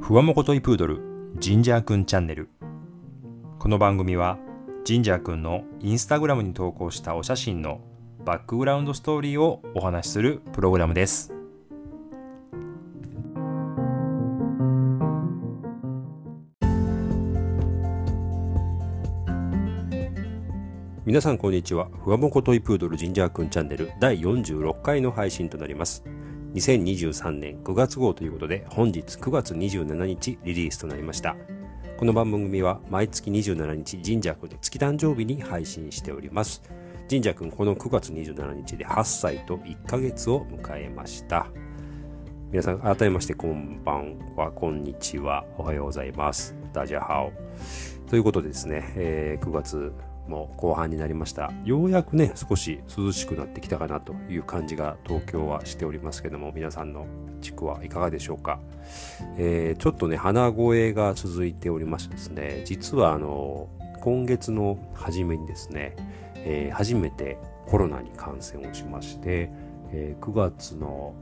ふわもこといプードルジンジャーくんチャンネル。この番組はジンジャーくんのインスタグラムに投稿したお写真のバックグラウンドストーリーをお話しするプログラムです。皆さんこんにちは。ふわもこといプードルジンジャーくんチャンネル第46回の配信となります。2023年9月号ということで、本日9月27日リリースとなりました。この番組は毎月27日ジンジャーくんの月誕生日に配信しております。ジンジャーくんこの9月27日で8歳と1ヶ月を迎えました。皆さん改めましてこんばんは、こんにちは、おはようございます。ダジャハオということでですね、9月も後半になりました。ようやくね少し涼しくなってきたかなという感じが東京はしておりますけども、皆さんの地区はいかがでしょうか。ちょっとね鼻声が続いておりましてですね、実は今月の初めにですね、初めてコロナに感染をしまして、9月の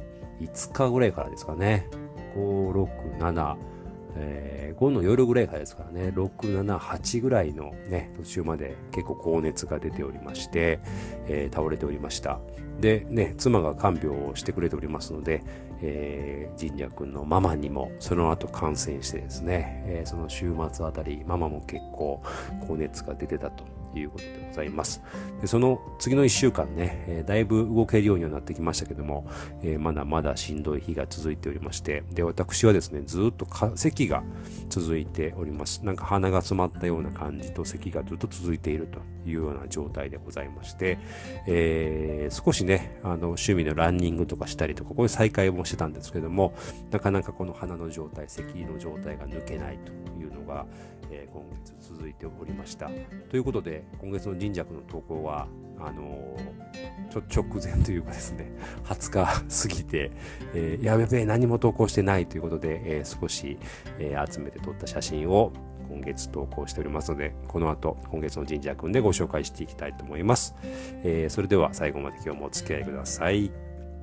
5日ぐらいからですかね、5、6、7、5の夜ぐらいからですからね、6、7、8ぐらいのね途中まで結構高熱が出ておりまして、倒れておりました。でね、妻が看病をしてくれておりますので、ジンジャー君のママにもその後感染してですね、その週末あたりママも結構高熱が出てたということでございます。でその次の1週間ね、だいぶ動けるようにはなってきましたけども、まだまだしんどい日が続いておりまして、で私はですねずっと咳が続いております。なんか鼻が詰まったような感じと咳がずっと続いているというような状態でございまして、少しね趣味のランニングとかしたりとか、こういう再開もしてたんですけども、なかなかこの鼻の状態、咳の状態が抜けないというのが、今月続いておりました。ということで今月のジンジャーくんの投稿は直前というかですね、20日過ぎて、やべえ何も投稿してないということで、少し、集めて撮った写真を今月投稿しておりますので、この後今月のジンジャーくんでご紹介していきたいと思います。それでは最後まで今日もお付き合いください。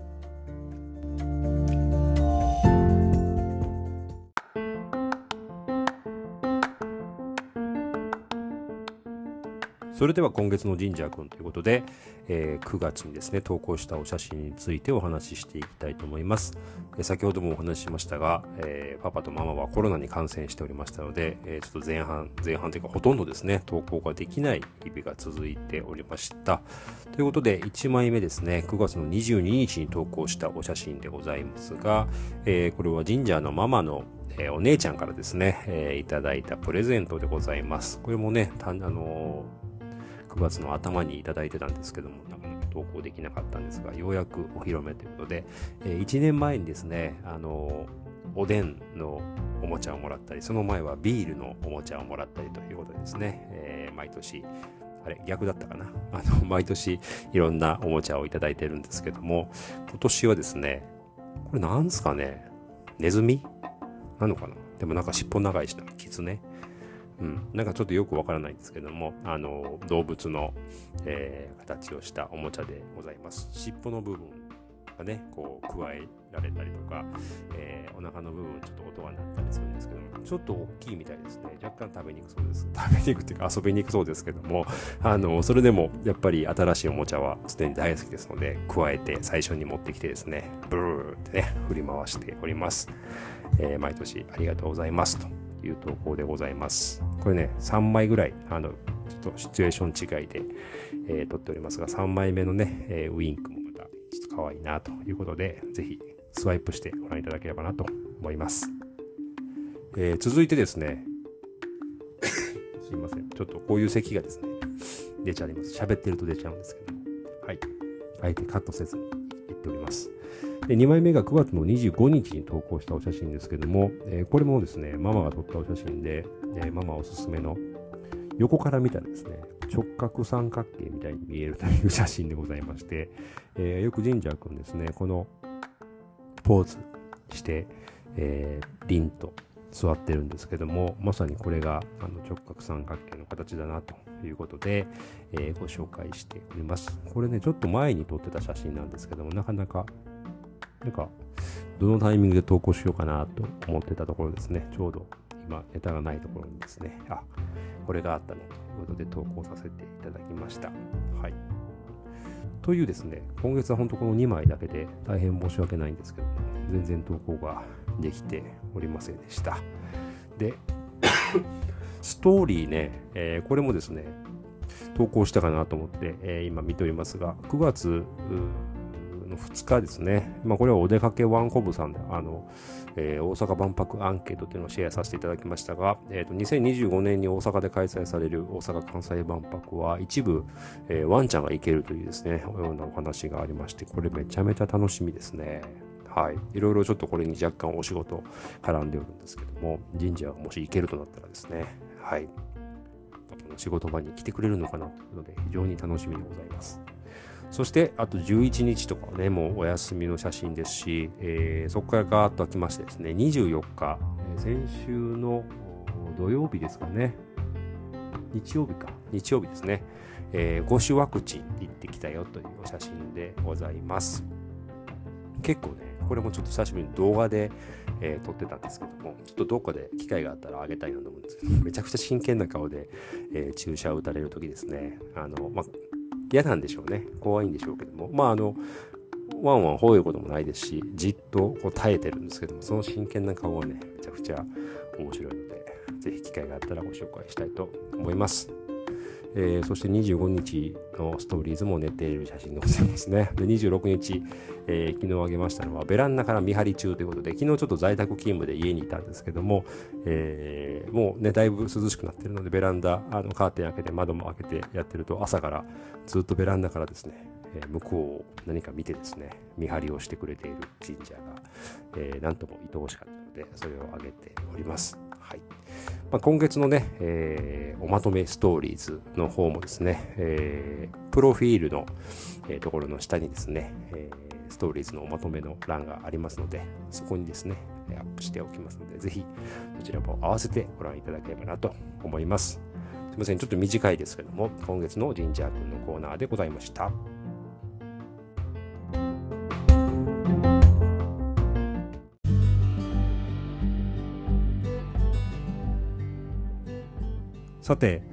それでは今月のジンジャーくんということで、9月にですね投稿したお写真についてお話ししていきたいと思います。先ほどもお話ししましたが、パパとママはコロナに感染しておりましたので、ちょっと前半というかほとんどですね投稿ができない日々が続いておりました。ということで1枚目ですね、9月の22日に投稿したお写真でございますが、これはジンジャーのママのお姉ちゃんからですね、いただいたプレゼントでございます。これもね9月の頭にいただいてたんですけども、なかなか投稿できなかったんですが、ようやくお披露目ということで、1年前にですねおでんのおもちゃをもらったり、その前はビールのおもちゃをもらったりということでですね、毎年逆だったかな毎年いろんなおもちゃをいただいてるんですけども、今年はですね、これなんですかね、ネズミなのかな、でもなんか尻尾長いしな、キツネ、なんかちょっとよくわからないんですけども、動物の、形をしたおもちゃでございます。尻尾の部分がねこう加えられたりとか、お腹の部分ちょっと音が鳴ったりするんですけども、ちょっと大きいみたいですね。若干食べにくそうです。食べにくっていうか遊びにくそうですけども、それでもやっぱり新しいおもちゃは常に大好きですので、加えて最初に持ってきてですね、ブルーってね振り回しております。毎年ありがとうございますという投稿でございます。これね3枚ぐらいちょっとシチュエーション違いで、撮っておりますが、3枚目のね、ウインクもまたちょっと可愛いなということで、ぜひスワイプしてご覧いただければなと思います。続いてですねすいません、ちょっとこういう咳がですね出ちゃいます。喋ってると出ちゃうんですけども、はい、あえてカットせずに言っております。で2枚目が9月の25日に投稿したお写真ですけども、これもですねママが撮ったお写真で、ママおすすめの横から見たらですね直角三角形みたいに見えるという写真でございまして、よくジンジャーくんですねこのポーズして、凛と座ってるんですけども、まさにこれが直角三角形の形だなということで、ご紹介しております。これねちょっと前に撮ってた写真なんですけども、なかなかなんか、どのタイミングで投稿しようかなと思ってたところですね。ちょうど今、ネタがないところにですね、これがあったねということで投稿させていただきました。はい。というですね、今月は本当この2枚だけで大変申し訳ないんですけども、全然投稿ができておりませんでした。で、ストーリーね、これもですね、投稿したかなと思って、今見ておりますが、9月の2日ですね。これはお出かけワンコブさんで、大阪万博アンケートというのをシェアさせていただきましたが、2025年に大阪で開催される大阪・関西万博は一部、ワンちゃんが行けるというですね、ようなお話がありまして、これめちゃめちゃ楽しみですね。はい。いろいろちょっとこれに若干お仕事絡んでおるんですけども、神社がもし行けるとなったらですね、はい。仕事場に来てくれるのかなというので、非常に楽しみでございます。そして、あと11日とかね、もうお休みの写真ですし、そこからガーッと来ましてですね、24日、先週の土曜日ですかね、日曜日ですね、5種ワクチン行ってきたよというお写真でございます。結構ね、これもちょっと久しぶりに動画で、撮ってたんですけども、ちょっとどっかで機会があったらあげたいなと思うんですけど、めちゃくちゃ真剣な顔で、注射を打たれる時ですね、嫌なんでしょうね。怖いんでしょうけども。ワンワン吠えることもないですし、じっとこう耐えてるんですけども、その真剣な顔はね、めちゃくちゃ面白いので、ぜひ機会があったらご紹介したいと思います。そして25日のストーリーズも寝ている写真がございますね。で、26日、昨日あげましたのは、ベランダから見張り中ということで、昨日ちょっと在宅勤務で家にいたんですけども、もうね、だいぶ涼しくなっているので、ベランダ、カーテン開けて、窓も開けてやってると、朝からずっとベランダからですね、向こうを何か見てですね、見張りをしてくれている神社が、なんとも愛おしかったので、それをあげております。はい。今月のね、おまとめストーリーズの方もですね、プロフィールの、ところの下にですね、ストーリーズのおまとめの欄がありますので、そこにですね、アップしておきますので、ぜひこちらも合わせてご覧いただければなと思います。すいません、ちょっと短いですけども、今月のジンジャー君のコーナーでございました。さて、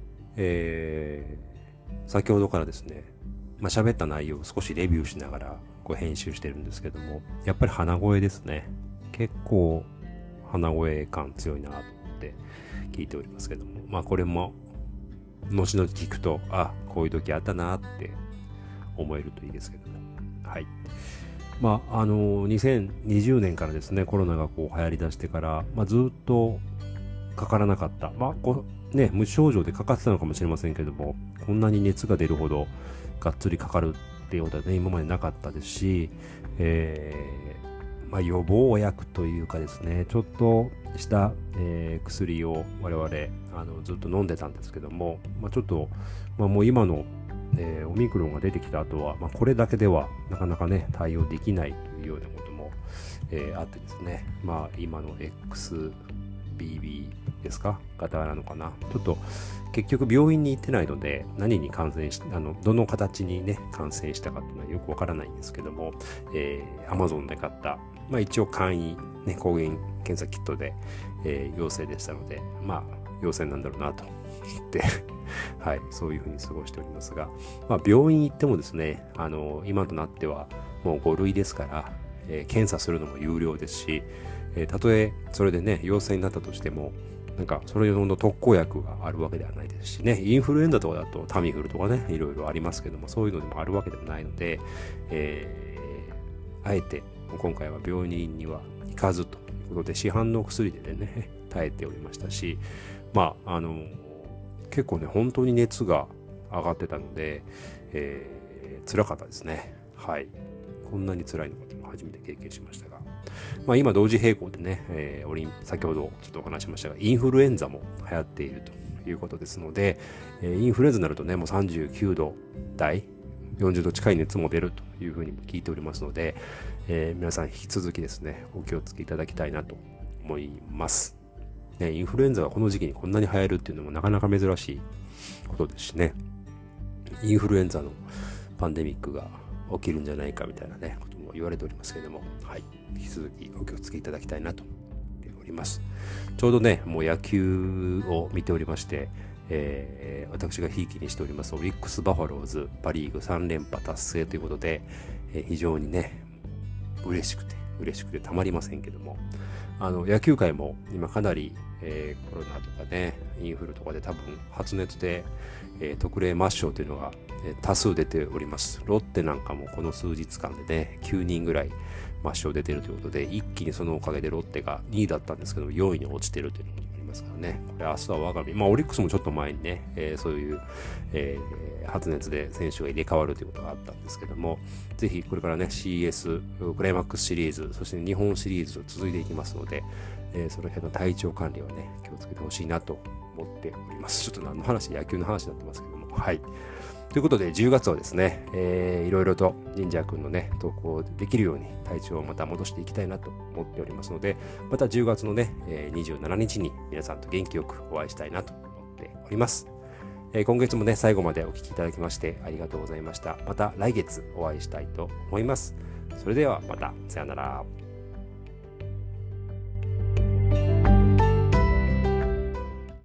先ほどからですね、喋った内容を少しレビューしながら編集してるんですけども、やっぱり鼻声ですね。結構鼻声感強いなと思って聞いておりますけども、これも後々聞くと、こういう時あったなって思えるといいですけども、はい。2020年からですね、コロナが流行り出してから、ずっとかからなかった。無症状でかかってたのかもしれませんけども、こんなに熱が出るほどがっつりかかるっていうことはね、今までなかったですし、予防薬というかですね、ちょっとした、薬を我々ずっと飲んでたんですけども、ちょっと、もう今の、オミクロンが出てきた後は、これだけではなかなかね、対応できないというようなことも、あってですね、今の XBB ですか型なのかな。ちょっと結局病院に行ってないので、何に感染し、どの形にね、感染したかっていうのはよくわからないんですけども、Amazon で買った、一応簡易、ね、抗原検査キットで、陽性でしたので、陽性なんだろうなと言って、はい、そういうふうに過ごしておりますが、病院行ってもですね、今となってはもう5類ですから、検査するのも有料ですし、たとえそれでね、陽性になったとしても、それ用の特効薬があるわけではないですしね、インフルエンザとかだとタミフルとかね、いろいろありますけども、そういうのでもあるわけでもないので、あえて今回は病院には行かずということで、市販の薬でね、耐えておりましたし、結構ね、本当に熱が上がってたので、辛かったですね。はい。こんなに辛いのかと初めて経験しましたが、今同時並行でね、先ほどちょっとお話しましたが、インフルエンザも流行っているということですので、インフルエンザになるとね、もう39度台、40度近い熱も出るというふうにも聞いておりますので、皆さん引き続きですね、お気をつけいただきたいなと思います。インフルエンザがこの時期にこんなに流行るっていうのもなかなか珍しいことですしね、インフルエンザのパンデミックが起きるんじゃないかみたいなね、ことも言われておりますけれども、はい、引き続きお気をつけいただきたいなと思っております。ちょうどね、もう野球を見ておりまして、私がひいきにしておりますオリックス・バファローズパ・リーグ3連覇達成ということで、非常にね嬉しくてたまりませんけども、野球界も今かなり、コロナとかねインフルとかで多分発熱で、特例抹消というのが、多数出ております。ロッテなんかもこの数日間でね9人ぐらい抹消出ているということで、一気にそのおかげでロッテが2位だったんですけど4位に落ちているというのがありますからね。これ明日は我が身、オリックスもちょっと前にね、そういう、発熱で選手が入れ替わるということがあったんですけども、ぜひこれからね CS クライマックスシリーズ、そして日本シリーズと続いていきますので、その辺の体調管理はね気をつけてほしいなと思っております。ちょっと何の話、野球の話になってますけども、はい。ということで10月はですね、いろいろとジンジャー君のね投稿できるように体調をまた戻していきたいなと思っておりますので、また10月のね、27日に皆さんと元気よくお会いしたいなと思っております。今月もね最後までお聞きいただきましてありがとうございました。また来月お会いしたいと思います。それではまた、さよなら。